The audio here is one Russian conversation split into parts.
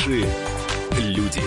Наши люди.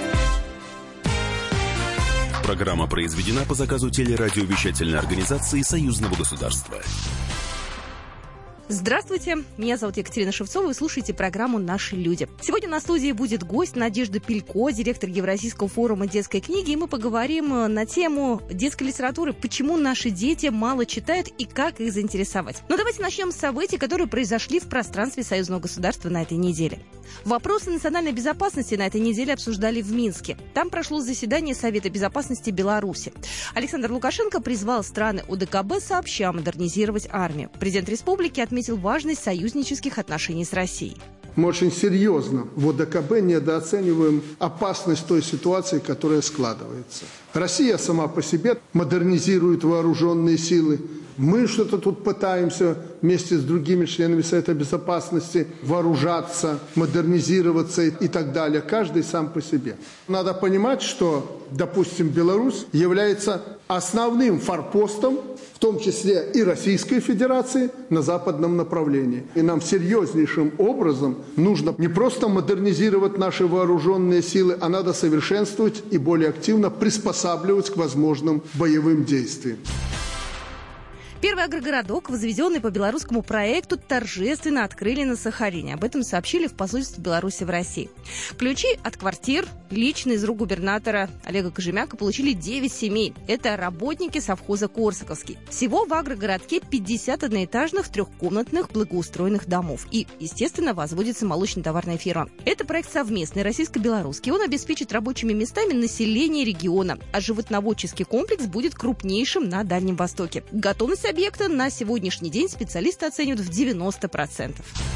Программа произведена по заказу телерадиовещательной организации Союзного государства. Здравствуйте, меня зовут Екатерина Шевцова, вы слушаете программу «Наши люди». Сегодня на студии будет гость Надежда Пилько, директор Евразийского форума детской книги, и мы поговорим на тему детской литературы, почему наши дети мало читают и как их заинтересовать. Но давайте начнем с событий, которые произошли в пространстве Союзного государства на этой неделе. Вопросы национальной безопасности на этой неделе обсуждали в Минске. Там прошло заседание Совета безопасности Беларуси. Александр Лукашенко призвал страны ОДКБ сообща модернизировать армию. Президент республики отметил важность союзнических отношений с Россией. Мы очень серьезно в ОДКБ недооцениваем опасность той ситуации, которая складывается. Россия сама по себе модернизирует вооруженные силы. Мы что-то тут пытаемся вместе с другими членами Совета Безопасности вооружаться, модернизироваться и так далее. Каждый сам по себе. Надо понимать, что, допустим, Беларусь является основным форпостом, в том числе и Российской Федерации, на западном направлении. И нам серьезнейшим образом нужно не просто модернизировать наши вооруженные силы, а надо совершенствовать и более активно приспосабливать к возможным боевым действиям. Первый агрогородок, возведенный по белорусскому проекту, торжественно открыли на Сахалине. Об этом сообщили в посольстве Беларуси в России. Ключи от квартир лично из рук губернатора Олега Кожемяка получили 9 семей. Это работники совхоза «Корсаковский». Всего в агрогородке 50 одноэтажных трехкомнатных благоустроенных домов. И, естественно, возводится молочно-товарная фирма. Это проект совместный российско-белорусский. Он обеспечит рабочими местами население региона. А животноводческий комплекс будет крупнейшим на Дальнем Востоке. Готовность объекта на сегодняшний день специалисты оценивают в 90%.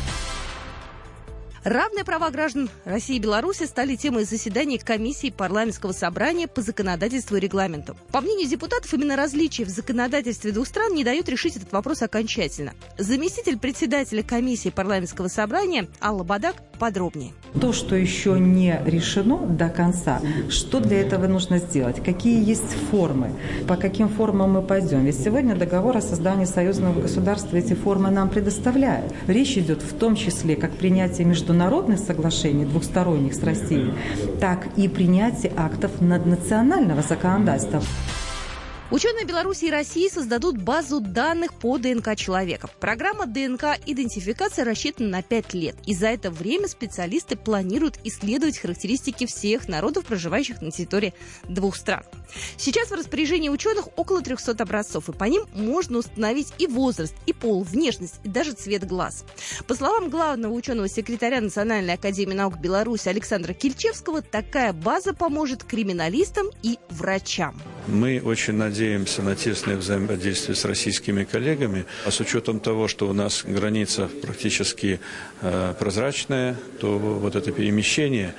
Равные права граждан России и Беларуси стали темой заседаний комиссии парламентского собрания по законодательству и регламенту. По мнению депутатов, именно различия в законодательстве двух стран не дают решить этот вопрос окончательно. Заместитель председателя комиссии парламентского собрания Алла Бадак подробнее. То, что еще не решено до конца, что для этого нужно сделать, какие есть формы, по каким формам мы пойдем. Ведь сегодня договор о создании союзного государства эти формы нам предоставляет. Речь идет в том числе как принятие международных соглашений двухсторонних с Россией, так и принятие актов наднационального законодательства. Ученые Беларуси и России создадут базу данных по ДНК человека. Программа ДНК-идентификация рассчитана на 5 лет. И за это время специалисты планируют исследовать характеристики всех народов, проживающих на территории двух стран. Сейчас в распоряжении ученых около 300 образцов, и по ним можно установить и возраст, и пол, внешность, и даже цвет глаз. По словам главного ученого-секретаря Национальной академии наук Беларуси Александра Кильчевского, такая база поможет криминалистам и врачам. Мы очень надеемся на тесное взаимодействие с российскими коллегами. А с учетом того, что у нас граница практически прозрачная, то вот это перемещение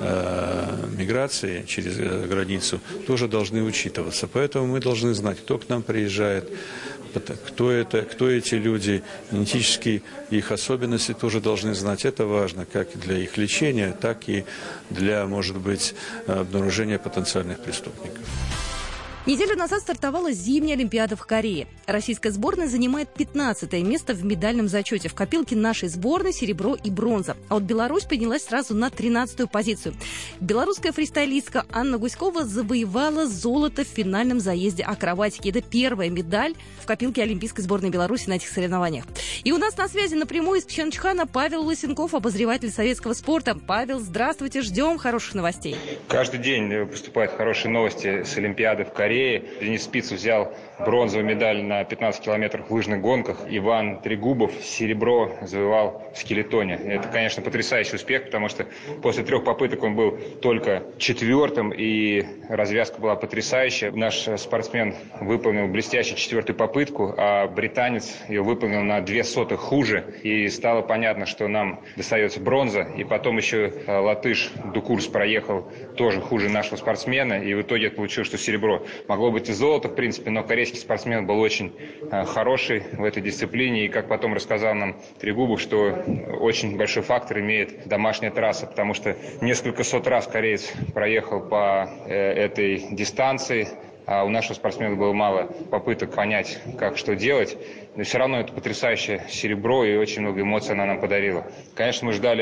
миграции через границу тоже должны учитываться. Поэтому мы должны знать, кто к нам приезжает, кто эти люди, генетические их особенности тоже должны знать. Это важно как для их лечения, так и для, может быть, обнаружения потенциальных преступников. Неделю назад стартовала зимняя Олимпиада в Корее. Российская сборная занимает 15-е место в медальном зачете. В копилке нашей сборной серебро и бронза. А вот Беларусь поднялась сразу на 13-ю позицию. Белорусская фристайлистка Анна Гуськова завоевала золото в финальном заезде акробатики. Это первая медаль в копилке Олимпийской сборной Беларуси на этих соревнованиях. И у нас на связи напрямую из Пхенчхана Павел Лысенков, обозреватель советского спорта. Павел, здравствуйте, ждем хороших новостей. Каждый день поступают хорошие новости с Олимпиады в Корее. Денис Спиц взял бронзовую медаль на 15 километрах в лыжных гонках. Иван Трегубов серебро завоевал в скелетоне. Это, конечно, потрясающий успех, потому что после 3 попыток он был только 4-м, и развязка была потрясающая. Наш спортсмен выполнил блестящую 4-ю попытку, а британец ее выполнил на 0,02 хуже. И стало понятно, что нам достается бронза. И потом еще латыш Дукурс проехал тоже хуже нашего спортсмена. И в итоге получилось, что серебро. Могло быть и золото, в принципе, но корейский спортсмен был очень хороший в этой дисциплине. И, как потом рассказал нам Трегубов, что очень большой фактор имеет домашняя трасса, потому что несколько сот раз кореец проехал по этой дистанции. А у нашего спортсмена было мало попыток понять, как что делать. Но все равно это потрясающее серебро, и очень много эмоций она нам подарила. Конечно, мы ждали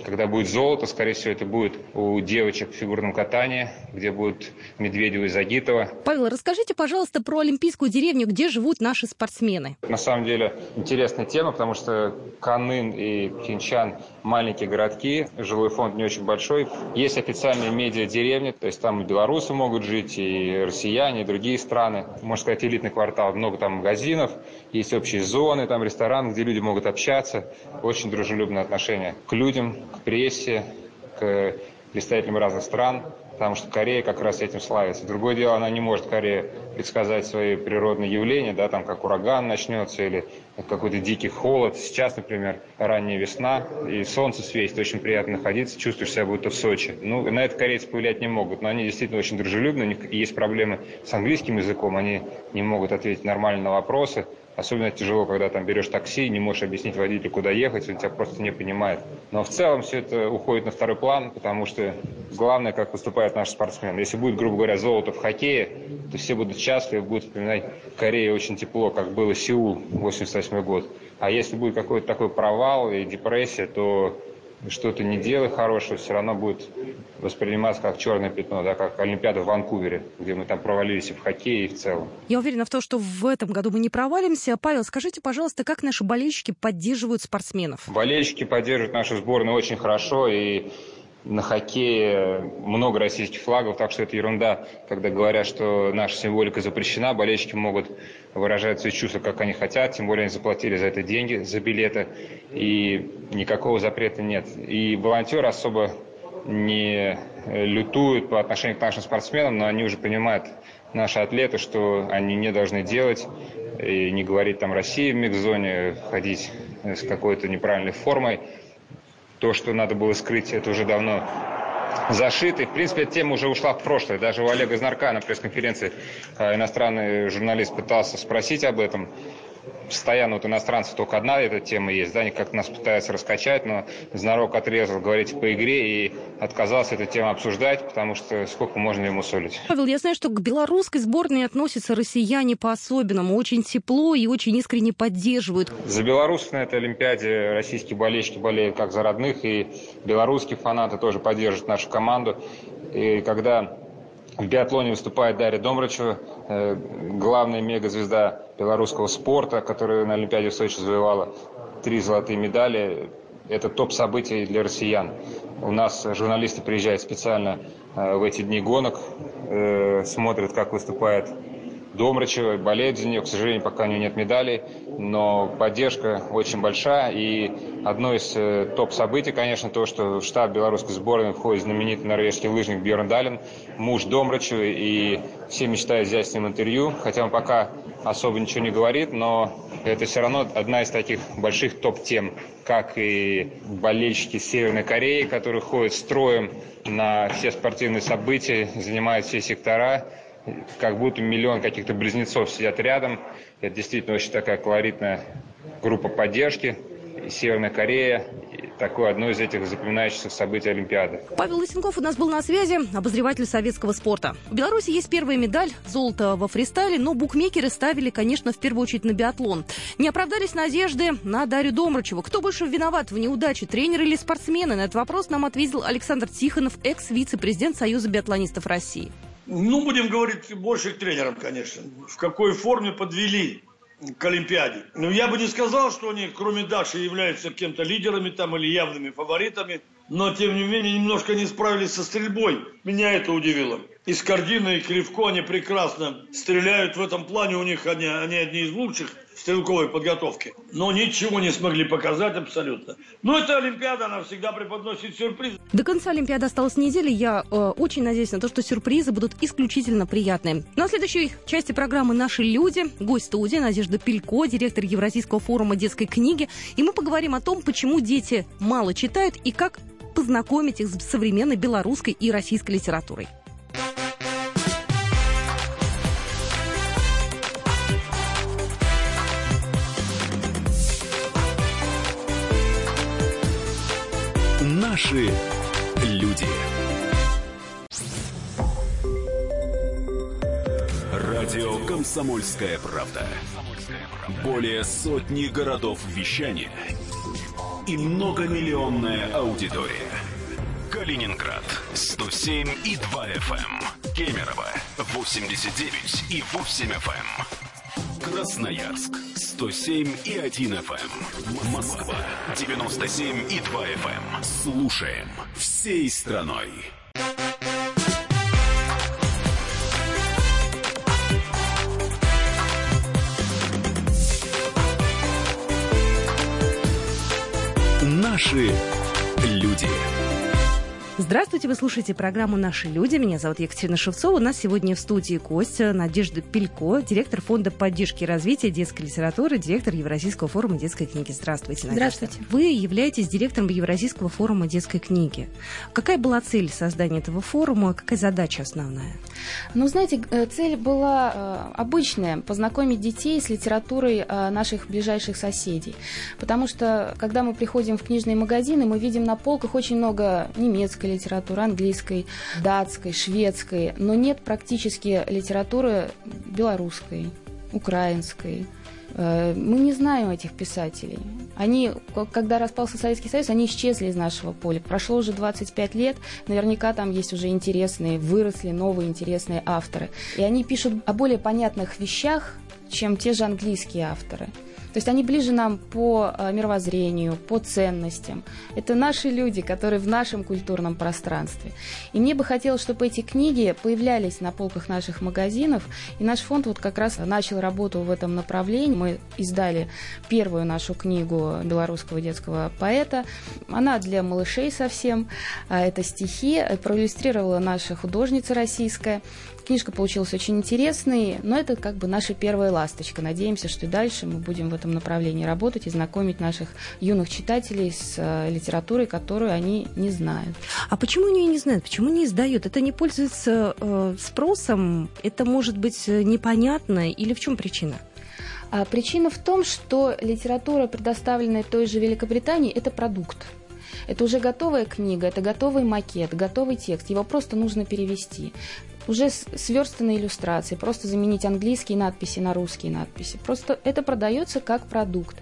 Когда будет золото, скорее всего, это будет у девочек в фигурном катании, где будут Медведева и Загитова. Павел, расскажите, пожалуйста, про Олимпийскую деревню, где живут наши спортсмены. На самом деле интересная тема, потому что Канын и Пхенчхан – маленькие городки, жилой фонд не очень большой. Есть официальные медиа-деревни, то есть там и белорусы могут жить, и россияне, и другие страны. Можно сказать, элитный квартал, много там магазинов, есть общие зоны, там рестораны, где люди могут общаться. Очень дружелюбное отношение к людям, к прессе, к представителям разных стран. Потому что Корея как раз этим славится. Другое дело, она не может, Корея, предсказать свои природные явления, да, там как ураган начнется или какой-то дикий холод. Сейчас, например, ранняя весна, и солнце светит, очень приятно находиться, чувствуешь себя будто в Сочи. Ну, на это корейцы повлиять не могут, но они действительно очень дружелюбны, у них есть проблемы с английским языком, они не могут ответить нормально на вопросы. Особенно тяжело, когда там берешь такси, не можешь объяснить водителю, куда ехать, он тебя просто не понимает. Но в целом все это уходит на второй план, потому что главное, как выступает наш спортсмен. Если будет, грубо говоря, золото в хоккее, то все будут счастливы, будут вспоминать Корею очень тепло, как было Сеул, 88 год. А если будет какой-то такой провал и депрессия, то что-то не делай хорошего, все равно будет восприниматься как черное пятно, да, как Олимпиада в Ванкувере, где мы там провалились и в хоккее, и в целом. Я уверена в том, что в этом году мы не провалимся. Павел, скажите, пожалуйста, как наши болельщики поддерживают спортсменов? Болельщики поддерживают нашу сборную очень хорошо, и на хоккее много российских флагов, так что это ерунда, когда говорят, что наша символика запрещена, болельщики могут выражать свои чувства, как они хотят, тем более они заплатили за это деньги, за билеты, и никакого запрета нет. И волонтеры особо не лютуют по отношению к нашим спортсменам, но они уже понимают, наши атлеты, что они не должны делать, и не говорить там Россия в микс-зоне, ходить с какой-то неправильной формой. То, что надо было скрыть, это уже давно зашито. И, в принципе, эта тема уже ушла в прошлое. Даже у Олега Знарка на пресс-конференции иностранный журналист пытался спросить об этом. Постоянно вот иностранцев только одна эта тема есть, да, они как-то нас пытаются раскачать, но Знарок отрезал говорить по игре и отказался эту тему обсуждать, потому что сколько можно ему солить. Павел, я знаю, что к белорусской сборной относятся россияне по-особенному, очень тепло и очень искренне поддерживают. За белорусов на этой Олимпиаде российские болельщики болеют как за родных, и белорусские фанаты тоже поддерживают нашу команду. И когда в биатлоне выступает Дарья Домрачева, главная мегазвезда белорусского спорта, которая на Олимпиаде в Сочи завоевала 3 золотые медали. Это топ-событие для россиян. У нас журналисты приезжают специально в эти дни гонок, смотрят, как выступает Домрачева, болеют за нее. К сожалению, пока у нее нет медалей, но поддержка очень большая. И одно из топ-событий, конечно, то, что в штаб белорусской сборной входит знаменитый норвежский лыжник Бьерн Дален, муж Домрачевой, и все мечтают взять с ним интервью, хотя он пока особо ничего не говорит, но это все равно одна из таких больших топ-тем, как и болельщики Северной Кореи, которые ходят строем на все спортивные события, занимают все сектора, как будто миллион каких-то близнецов сидят рядом. Это действительно очень такая колоритная группа поддержки. Северная Корея – такое одно из этих запоминающихся событий Олимпиады. Павел Лысенков у нас был на связи, обозреватель советского спорта. В Беларуси есть первая медаль, золото во фристайле, но букмекеры ставили, конечно, в первую очередь на биатлон. Не оправдались надежды на Дарью Домрачеву. Кто больше виноват в неудаче, тренер или спортсмены? На этот вопрос нам ответил Александр Тихонов, экс-вице-президент Союза биатлонистов России. Ну, будем говорить больше к тренерам, конечно. В какой форме подвели к Олимпиаде. Но я бы не сказал, что они, кроме Даши, являются кем-то лидерами там или явными фаворитами. Но, тем не менее, немножко не справились со стрельбой. Меня это удивило. И Скордина, и Кривко, они прекрасно стреляют в этом плане. У них они одни из лучших в стрелковой подготовке. Но ничего не смогли показать абсолютно. Но эта Олимпиада, она всегда преподносит сюрприз. До конца Олимпиады осталась неделя. Я очень надеюсь на то, что сюрпризы будут исключительно приятные. На следующей части программы «Наши люди» гость студии Надежда Пилько, директор Евразийского форума детской книги. И мы поговорим о том, почему дети мало читают и как познакомить их с современной белорусской и российской литературой. Наши люди. Радио «Комсомольская правда». Более сотни городов вещания и многомиллионная аудитория. Калининград 107,2 FM. Кемерово 89,8 FM. Красноярск 107,1 FM. Москва 97,2 FM. Слушаем всей страной. Наши люди. Здравствуйте, вы слушаете программу «Наши люди». Меня зовут Екатерина Шевцова. У нас сегодня в студии гость Надежда Пилько, директор Фонда поддержки и развития детской литературы, директор Евразийского форума детской книги. Здравствуйте, Надежда. Здравствуйте. Вы являетесь директором Евразийского форума детской книги. Какая была цель создания этого форума? Какая задача основная? Ну, знаете, цель была обычная – познакомить детей с литературой наших ближайших соседей. Потому что, когда мы приходим в книжные магазины, мы видим на полках очень много немецкой литературы, английской, датской, шведской, но нет практически литературы белорусской, украинской. Мы не знаем этих писателей. Они, когда распался Советский Союз, они исчезли из нашего поля. Прошло уже 25 лет, наверняка там есть уже интересные, выросли новые интересные авторы. И они пишут о более понятных вещах, чем те же английские авторы. То есть они ближе нам по мировоззрению, по ценностям. Это наши люди, которые в нашем культурном пространстве. И мне бы хотелось, чтобы эти книги появлялись на полках наших магазинов. И наш фонд вот как раз начал работу в этом направлении. Мы издали первую нашу книгу белорусского детского поэта. Она для малышей совсем. Это стихи. Проиллюстрировала наша художница российская. Книжка получилась очень интересной, но это как бы наша первая ласточка. Надеемся, что и дальше мы будем в этом направлении работать и знакомить наших юных читателей с литературой, которую они не знают. А почему они не знают? Почему не издают? Это не пользуется спросом? Это может быть непонятно? Или в чем причина? Причина в том, что литература, предоставленная той же Великобритании, это продукт. Это уже готовая книга, это готовый макет, готовый текст. Его просто нужно перевести. Уже сверстанные иллюстрации, просто заменить английские надписи на русские надписи. Просто это продается как продукт.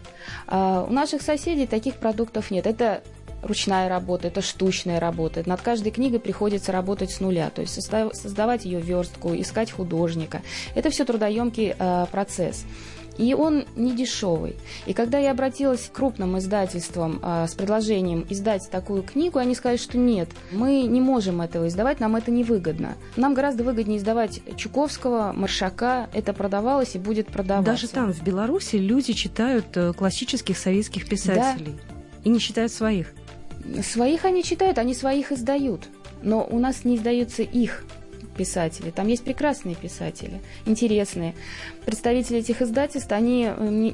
У наших соседей таких продуктов нет. Это ручная работа, это штучная работа. Над каждой книгой приходится работать с нуля, то есть создавать ее верстку, искать художника. Это все трудоемкий процесс. И он не дешевый. И когда я обратилась к крупным издательствам с предложением издать такую книгу, они сказали, что нет, мы не можем этого издавать, нам это невыгодно. Нам гораздо выгоднее издавать Чуковского, Маршака, это продавалось и будет продаваться. Даже там, в Беларуси, люди читают классических советских писателей. Да. И не читают своих. Своих они читают, они своих издают. Но у нас не издаются их писатели. Там есть прекрасные писатели, интересные. Представители этих издательств, они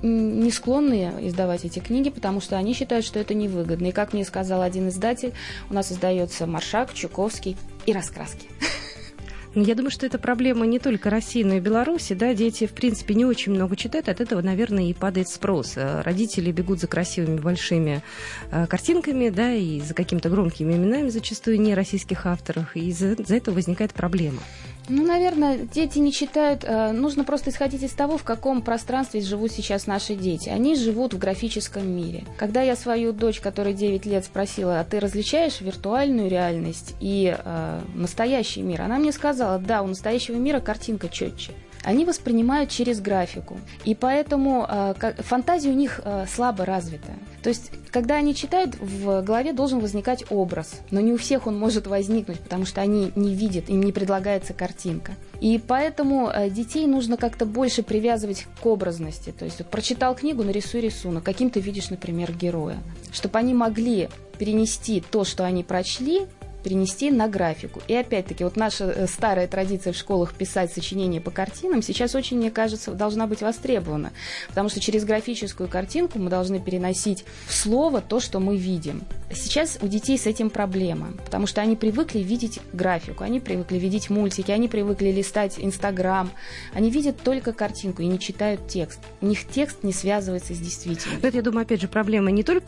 не склонны издавать эти книги, потому что они считают, что это невыгодно. И, как мне сказал один издатель, у нас издается Маршак, Чуковский и раскраски. Я думаю, что это проблема не только России, но и Беларуси. Да? Дети, в принципе, не очень много читают, от этого, наверное, и падает спрос. Родители бегут за красивыми большими картинками, да, и за какими-то громкими именами, зачастую не российских авторов, и из-за этого возникает проблема. Ну, наверное, дети не читают. Нужно просто исходить из того, в каком пространстве живут сейчас наши дети. Они живут в графическом мире. Когда я свою дочь, которой 9 лет, спросила, а ты различаешь виртуальную реальность и настоящий мир? Она мне сказала, да, у настоящего мира картинка четче. Они воспринимают через графику. И поэтому фантазия у них слабо развита. То есть, когда они читают, в голове должен возникать образ. Но не у всех он может возникнуть, потому что они не видят, им не предлагается картинка. И поэтому детей нужно как-то больше привязывать к образности. То есть, вот, прочитал книгу, нарисуй рисунок. Каким ты видишь, например, героя. Чтобы они могли перенести то, что они прочли, перенести на графику. И опять-таки, вот наша старая традиция в школах писать сочинения по картинам сейчас очень, мне кажется, должна быть востребована. Потому что через графическую картинку мы должны переносить в слово то, что мы видим. Сейчас у детей с этим проблема, потому что они привыкли видеть графику, они привыкли видеть мультики, они привыкли листать Инстаграм. Они видят только картинку и не читают текст. У них текст не связывается с действительностью. Это, я думаю, опять же, проблема не только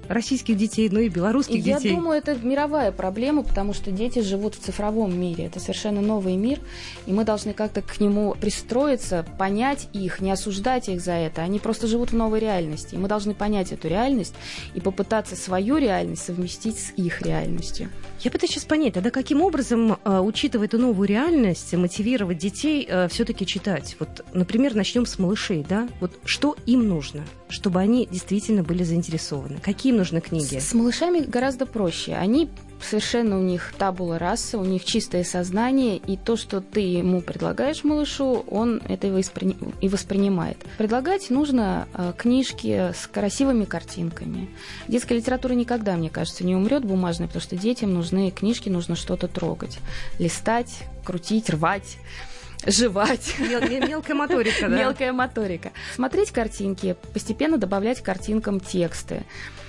российских детей, но и белорусских детей. Я думаю, это мировая проблема, потому что дети живут в цифровом мире. Это совершенно новый мир, и мы должны как-то к нему пристроиться, понять их, не осуждать их за это. Они просто живут в новой реальности. И мы должны понять эту реальность и попытаться свою реальность совместить с их реальностью. Я пытаюсь сейчас понять, тогда каким образом, учитывая эту новую реальность, мотивировать детей все-таки читать? Вот, например, начнем с малышей, да? Вот что им нужно, чтобы они действительно были заинтересованы? Какие им нужны книги? С малышами гораздо проще. Они совершенно, у них табула раса, у них чистое сознание, и то, что ты ему предлагаешь малышу, он это и воспринимает. Предлагать нужно книжки с красивыми картинками. Детская литература никогда, мне кажется, не умрет бумажной, потому что детям нужны книжки, нужно что-то трогать, листать, крутить, рвать. Жевать. Мелкая моторика, да? Мелкая моторика. Смотреть картинки, постепенно добавлять к картинкам тексты.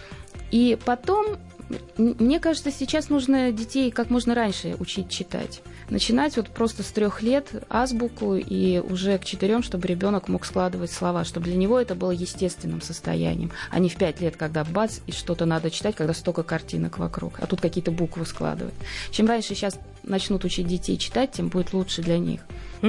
И потом, мне кажется, сейчас нужно детей как можно раньше учить читать. Начинать вот просто с 3 лет азбуку и уже к 4, чтобы ребенок мог складывать слова, чтобы для него это было естественным состоянием, а не в 5 лет, когда бац, и что-то надо читать, когда столько картинок вокруг, а тут какие-то буквы складывать. Чем раньше сейчас начнут учить детей читать, тем будет лучше для них.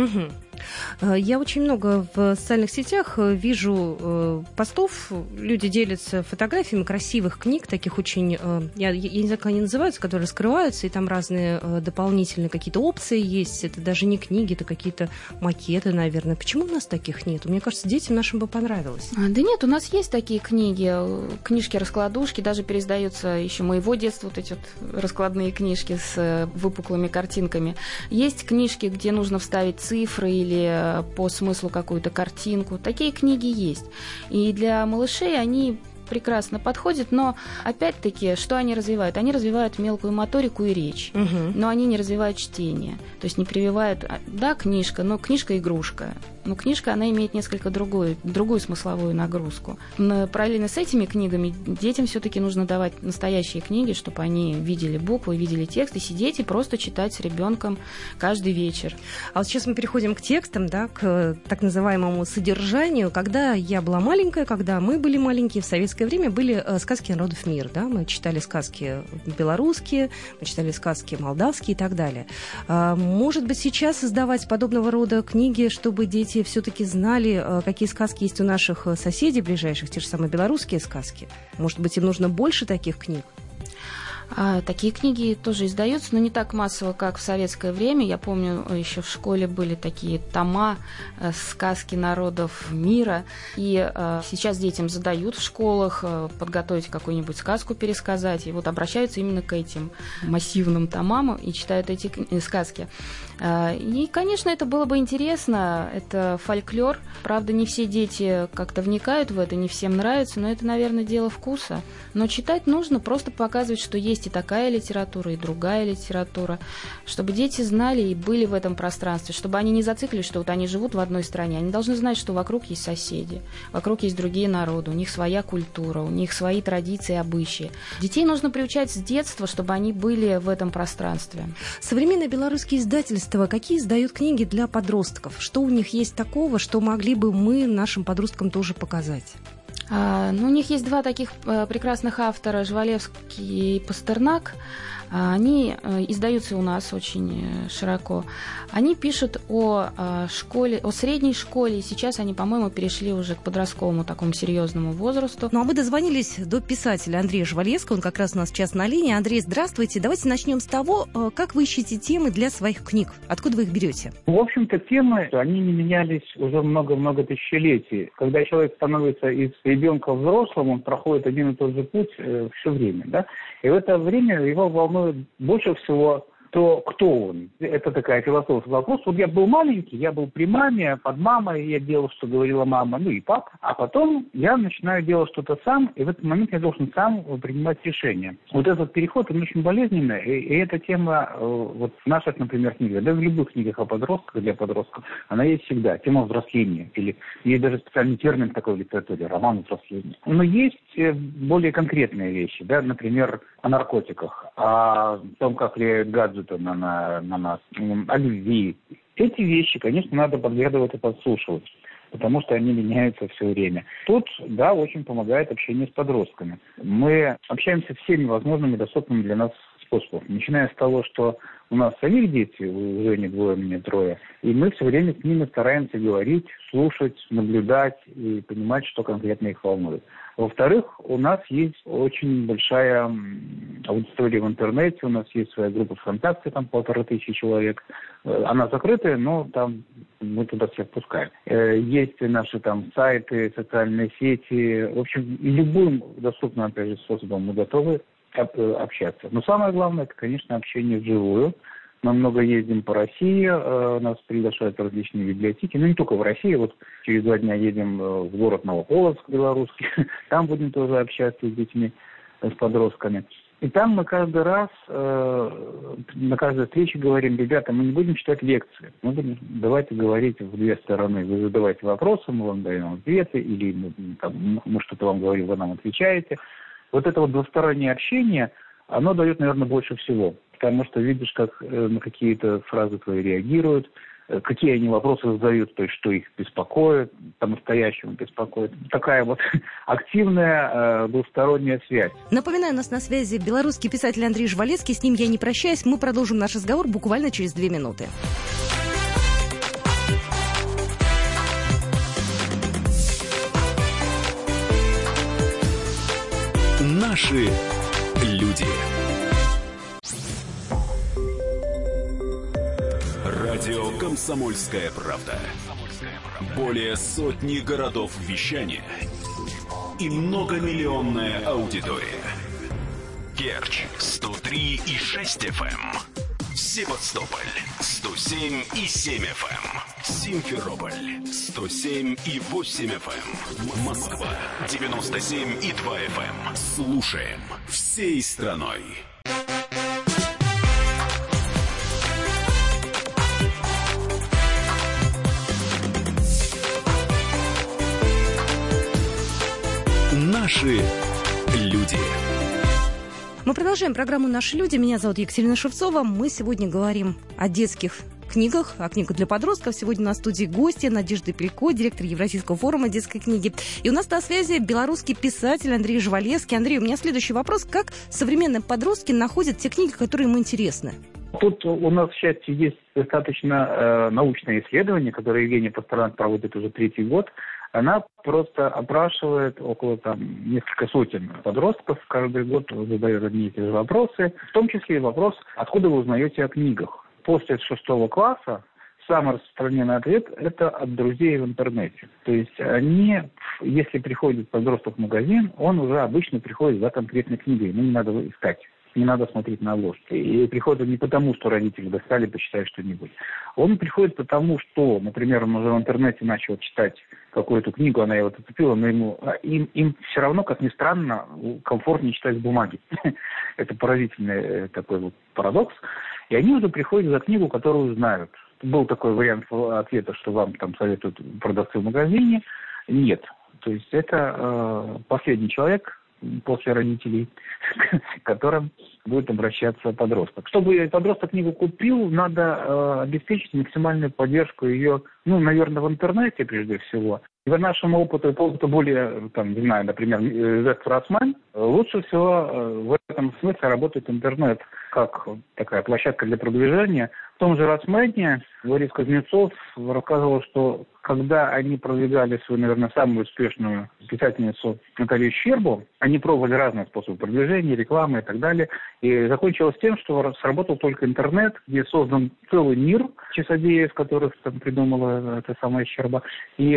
Угу. Я очень много в социальных сетях вижу постов, люди делятся фотографиями красивых книг, таких очень, я не знаю, как они называются, которые раскрываются, и там разные дополнительные какие-то опции есть. Это даже не книги, это какие-то макеты, наверное. Почему у нас таких нет? Мне кажется, детям нашим бы понравилось. Да нет, у нас есть такие книги, книжки-раскладушки, даже переиздаются еще моего детства, вот эти вот раскладные книжки с выпуклыми картинками. Есть книжки, где нужно вставить цифры или по смыслу какую-то картинку. Такие книги есть. И для малышей они прекрасно подходят, но опять-таки, что они развивают? Они развивают мелкую моторику и речь, но они не развивают чтение. То есть не прививают, да, книжка, но книжка-игрушка. Но книжка, она имеет несколько другую смысловую нагрузку. Но параллельно с этими книгами детям все-таки нужно давать настоящие книги, чтобы они видели буквы, видели текст, и сидеть и просто читать с ребенком каждый вечер. А вот сейчас мы переходим к текстам, да, к так называемому содержанию. Когда я была маленькая, когда мы были маленькие, в советское время были сказки народов мира. Да? Мы читали сказки белорусские, мы читали сказки молдавские и так далее. Может быть, сейчас создавать подобного рода книги, чтобы дети все-таки знали, какие сказки есть у наших соседей ближайших, те же самые белорусские сказки. Может быть, им нужно больше таких книг? Такие книги тоже издаются, но не так массово, как в советское время. Я помню, еще в школе были такие тома сказки народов мира. И сейчас детям задают в школах подготовить какую-нибудь сказку, пересказать. И вот обращаются именно к этим массивным томам и читают эти сказки. И, конечно, это было бы интересно. Это фольклор. Правда, не все дети как-то вникают в это, не всем нравится, но это, наверное, дело вкуса. Но читать нужно, просто показывать, что есть и такая литература, и другая литература, чтобы дети знали и были в этом пространстве, чтобы они не зациклились, что вот они живут в одной стране. Они должны знать, что вокруг есть соседи, вокруг есть другие народы, у них своя культура, у них свои традиции, обычаи. Детей нужно приучать с детства, чтобы они были в этом пространстве. Современные белорусские издательства, какие издают книги для подростков? Что у них есть такого, что могли бы мы нашим подросткам тоже показать? У них есть 2 таких прекрасных автора, Жвалевский и Пастернак. Они издаются у нас очень широко. Они пишут о школе, о средней школе, и сейчас они, по-моему, перешли уже к подростковому такому серьезному возрасту. Ну, а мы дозвонились до писателя Андрея Жвалевского, он как раз у нас сейчас на линии. Андрей, здравствуйте. Давайте начнем с того, как вы ищете темы для своих книг. Откуда вы их берете? В общем-то, темы, они не менялись уже много-много тысячелетий. Когда человек становится из ребенка взрослым, он проходит один и тот же путь все время, да? И в это время его волнует больше всего то, кто он. Это такая философский вопрос. Вот я был маленький, я был при маме, под мамой, я делал, что говорила мама, ну и папа. А потом я начинаю делать что-то сам, и в этот момент я должен сам принимать решения. Вот этот переход, он очень болезненный, и эта тема вот в наших, например, книгах, да в любых книгах о подростках, для подростков, она есть всегда. Тема взросления, или есть даже специальный термин такой в литературе, роман взросления. Но есть более конкретные вещи, да, например, о наркотиках, о том, как влияют гаджеты на нас, о любви. Эти вещи, конечно, надо подглядывать и подслушивать. потому что они меняются все время. Тут, да, очень помогает общение с подростками. Мы общаемся всеми возможными доступными для нас способами. Начиная с того, что у нас самих дети, уже не двое, мне трое, и мы все время с ними стараемся говорить, слушать, наблюдать и понимать, что конкретно их волнует. Во-вторых, у нас есть очень большая аудитория в интернете, у нас есть своя группа ВКонтакте, там 1500 человек. Она закрытая, но там мы туда всех пускаем. Есть наши там сайты, социальные сети. В общем, любым доступным, опять же, способом мы готовы общаться. Но самое главное, это, конечно, общение вживую. Мы много ездим по России, нас приглашают в различные библиотеки. Ну, не только в России. Вот через 2 дня едем в город Новополоцк, белорусский. Там будем тоже общаться с детьми, с подростками. И там мы каждый раз, на каждой встрече говорим: ребята, мы не будем читать лекции. Мы будем, давайте говорить в 2 стороны. Вы задавайте вопросы, мы вам даем ответы, или мы что-то вам говорим, вы нам отвечаете. Вот это вот двустороннее общение, оно дает, наверное, больше всего. Потому что видишь, как на какие-то фразы твои реагируют, какие они вопросы задают, то есть что их беспокоит, по-настоящему беспокоит. Такая вот активная двусторонняя связь. Напоминаю, у нас на связи белорусский писатель Андрей Жвалецкий. С ним я не прощаюсь. Мы продолжим наш разговор буквально через 2 минуты. Наши люди. Радио «Комсомольская правда». Более сотни городов вещания и многомиллионная аудитория. Керчь 103,6 FM. Севастополь 107,7 FM. Симферополь 107,8 FM. Москва 97,2 FM. Слушаем всей страной. Наши люди. Мы продолжаем программу «Наши люди». Меня зовут Екатерина Шевцова. Мы сегодня говорим о детских книгах, о книгах для подростков. Сегодня на студии гости Надежда Пелько, директор Евразийского форума детской книги. И у нас на связи белорусский писатель Андрей Жвалецкий. Андрей, у меня следующий вопрос. Как современные подростки находят те книги, которые им интересны? Тут у нас, к счастью, есть достаточно научные исследования, которые Евгения Пастернак проводит уже 3-й год. Она просто опрашивает около несколько сотен подростков, каждый год задает одни и те же вопросы, в том числе и вопрос, откуда вы узнаете о книгах. После 6 класса самый распространенный ответ – это от друзей в интернете. То есть они, если приходит подросток в магазин, он уже обычно приходит за конкретной книгой, ему не надо искать. Не надо смотреть на обложки. И приходит не потому, что родители достали почитать что-нибудь. Он приходит потому, что, например, он уже в интернете начал читать какую-то книгу, она его зацепила, но им все равно, как ни странно, комфортнее читать с бумаги. Это поразительный такой вот парадокс. И они уже приходят за книгу, которую знают. Был такой вариант ответа, что вам там советуют продавцы в магазине. Нет. То есть это последний человек после родителей, к которым будет обращаться подросток. Чтобы подросток книгу купил, надо обеспечить максимальную поддержку ее, наверное, в интернете прежде всего. И по нашему опыту более, например, Вест Росман, лучше всего в этом смысле работает интернет как такая площадка для продвижения. В том же Росмане Борис Кузнецов рассказывал, что когда они продвигали свою, наверное, самую успешную писательницу Наталью Щербу, они пробовали разные способы продвижения, рекламы и так далее. И закончилось тем, что сработал только интернет, где создан целый мир часодеев, которых там придумала эта самая Щерба. И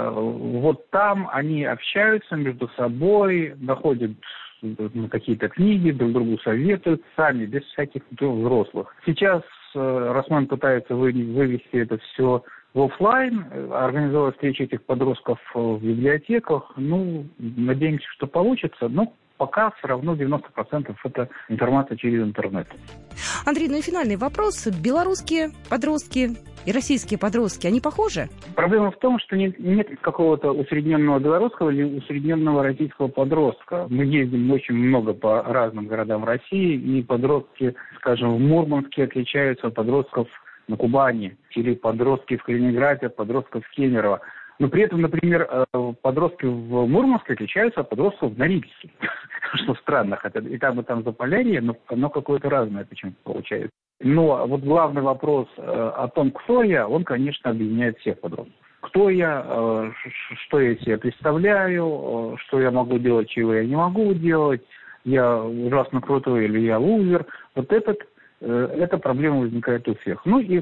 вот там они общаются между собой, находят какие-то книги, друг другу советуют, сами, без всяких взрослых. Сейчас Росман пытается вывести это все в офлайн, организовать встречи этих подростков в библиотеках. Надеемся, что получится, но пока все равно 90% это информация через интернет. Андрей, и финальный вопрос. Белорусские подростки и российские подростки, они похожи? Проблема в том, что нет какого-то усредненного белорусского или усредненного российского подростка. Мы ездим очень много по разным городам России, и подростки, скажем, в Мурманске отличаются от подростков на Кубани, или подростки в Калининграде от подростков в Кемерово. Но при этом, например, подростки в Мурманске отличаются от подростков в Норильске. Что странно, хотя и там Заполярье, но оно какое-то разное почему-то получается. Но вот главный вопрос о том, кто я, он, конечно, объединяет всех подростков. Кто я, что я себе представляю, что я могу делать, чего я не могу делать, я ужасно крутой или я лузер. Вот эта проблема возникает у всех. Ну и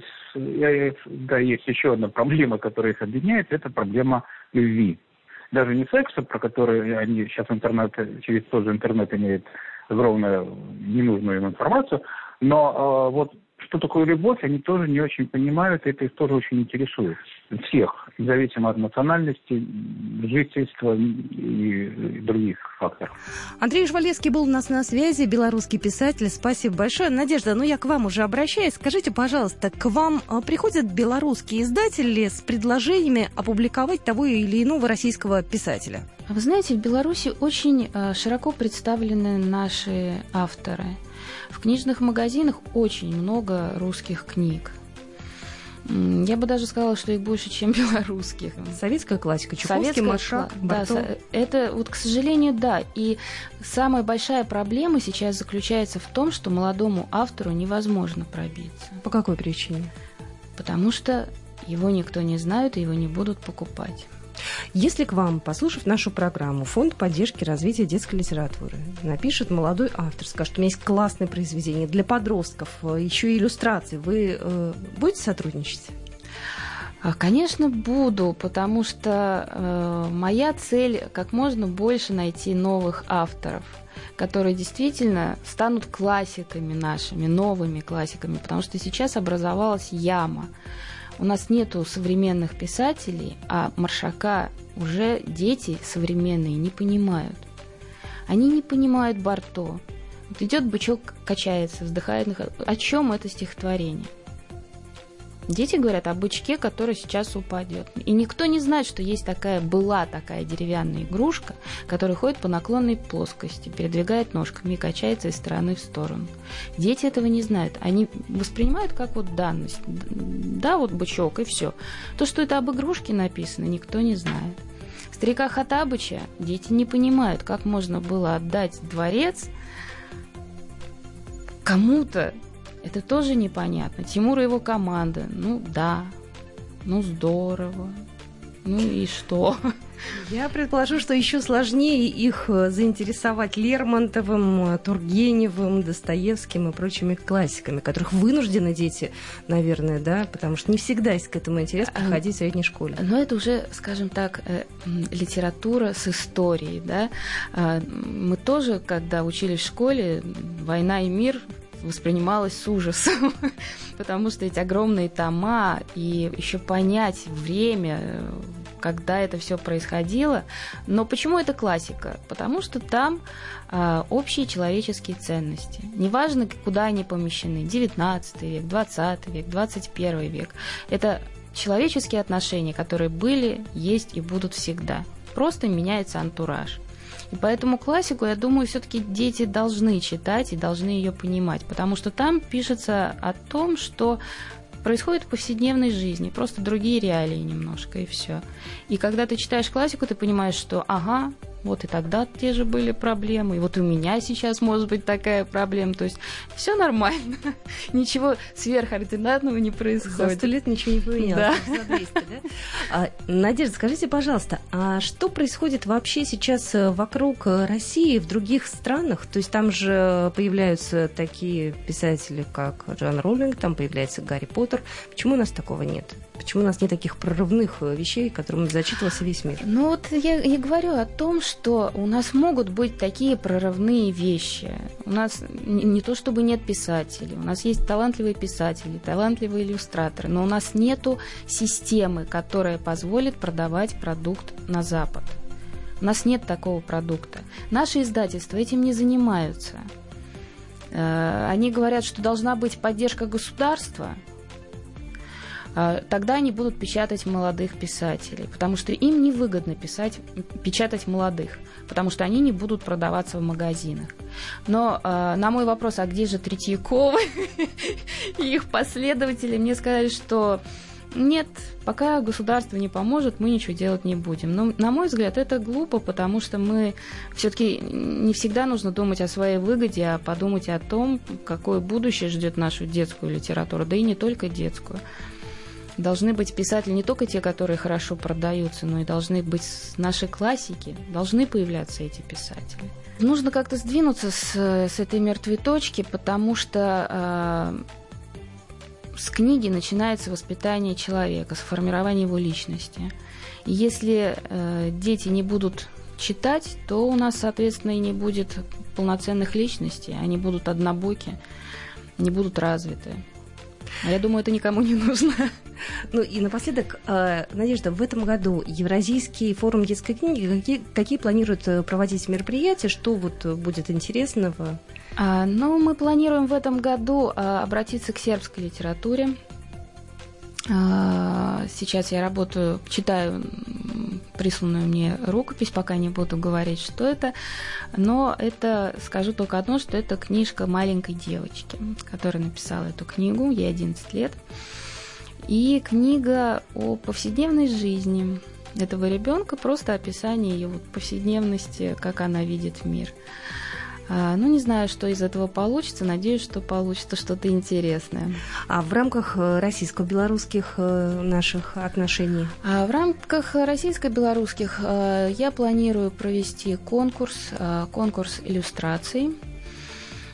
есть еще одна проблема, которая их объединяет, это проблема любви. Даже не секса, про который они сейчас через тот же интернет имеют огромную ненужную им информацию, но вот что такое любовь, они тоже не очень понимают, и это их тоже очень интересует. Всех, независимо от национальности, жительства и других факторов. Андрей Жвалевский был у нас на связи, белорусский писатель. Спасибо большое. Надежда, я к вам уже обращаюсь. Скажите, пожалуйста, к вам приходят белорусские издатели с предложениями опубликовать того или иного российского писателя? Вы знаете, в Беларуси очень широко представлены наши авторы. В книжных магазинах очень много русских книг. Я бы даже сказала, что их больше, чем белорусских. Советская классика, Чуковский, Маршак, Барто. Да, это, к сожалению, да. И самая большая проблема сейчас заключается в том, что молодому автору невозможно пробиться. По какой причине? Потому что его никто не знает, и его не будут покупать. Если к вам, послушав нашу программу, Фонд поддержки развития детской литературы напишет молодой автор, скажет, что у меня есть классное произведение для подростков, еще и иллюстрации, вы будете сотрудничать? Конечно, буду, потому что моя цель как можно больше найти новых авторов, которые действительно станут классиками нашими, новыми классиками, потому что сейчас образовалась яма. У нас нету современных писателей, а Маршака уже дети современные не понимают. Они не понимают Барто. Вот идет бычок, качается, вздыхает. О чем это стихотворение? Дети говорят о бычке, который сейчас упадет. И никто не знает, что была такая деревянная игрушка, которая ходит по наклонной плоскости, передвигает ножками и качается из стороны в сторону. Дети этого не знают. Они воспринимают как данность. Да, бычок, и все. То, что это об игрушке написано, никто не знает. Старика Хоттабыча дети не понимают, как можно было отдать дворец кому-то. Это тоже непонятно. Тимур и его команда. Здорово. И что? Я предположу, что еще сложнее их заинтересовать Лермонтовым, Тургеневым, Достоевским и прочими классиками, которых вынуждены дети, наверное, да, потому что не всегда есть к этому интерес проходить в средней школе. Но это уже, скажем так, литература с историей, да. Мы тоже, когда учились в школе, «Война и мир» воспринималось с ужасом, потому что эти огромные тома, и еще понять время, когда это все происходило. Но почему это классика? Потому что там общие человеческие ценности. Неважно, куда они помещены. 19 век, 20 век, 21 век. Это человеческие отношения, которые были, есть и будут всегда. Просто меняется антураж. И поэтому классику, я думаю, все-таки дети должны читать и должны ее понимать, потому что там пишется о том, что происходит в повседневной жизни, просто другие реалии немножко, и все. И когда ты читаешь классику, ты понимаешь, что вот и тогда те же были проблемы, и вот у меня сейчас может быть такая проблема. То есть все нормально, ничего сверхординарного не происходит. За 100 лет ничего не поменялось. Да. За 200, да? Надежда, скажите, пожалуйста, а что происходит вообще сейчас вокруг России в других странах? То есть там же появляются такие писатели, как Джоан Роулинг, там появляется Гарри Поттер. Почему у нас такого нет? Почему у нас нет таких прорывных вещей, которыми зачитывался весь мир? Я и говорю о том, что у нас могут быть такие прорывные вещи. У нас не то чтобы нет писателей, у нас есть талантливые писатели, талантливые иллюстраторы, но у нас нету системы, которая позволит продавать продукт на Запад. У нас нет такого продукта. Наши издательства этим не занимаются. Они говорят, что должна быть поддержка государства. Тогда они будут печатать молодых писателей, потому что им невыгодно печатать молодых, потому что они не будут продаваться в магазинах. Но на мой вопрос, а где же Третьяковы и их последователи, мне сказали, что Нет, пока государство не поможет, мы ничего делать не будем. Но, на мой взгляд, это глупо, потому что мы все-таки не всегда нужно думать о своей выгоде, а подумать о том, какое будущее ждет нашу детскую литературу, да и не только детскую. Должны быть писатели не только те, которые хорошо продаются, но и должны быть наши классики, должны появляться эти писатели. Нужно как-то сдвинуться с этой мертвой точки, потому что с книги начинается воспитание человека, сформирование его личности. И если дети не будут читать, то у нас, соответственно, и не будет полноценных личностей. Они будут однобоки, не будут развиты. А я думаю, это никому не нужно. Ну и напоследок, Надежда, в этом году Евразийский форум детской книги, какие планируют проводить мероприятия, что вот будет интересного? Ну, мы планируем в этом году обратиться к сербской литературе. Сейчас я читаю присланную мне рукопись, пока не буду говорить, что это. Но это, скажу только одно, что это книжка маленькой девочки, которая написала эту книгу, ей 11 лет. И книга о повседневной жизни этого ребенка, просто описание ее повседневности, как она видит мир. Ну, не знаю, что из этого получится. Надеюсь, что получится что-то интересное. А в рамках российско-белорусских наших отношений? В рамках российско-белорусских я планирую провести конкурс иллюстраций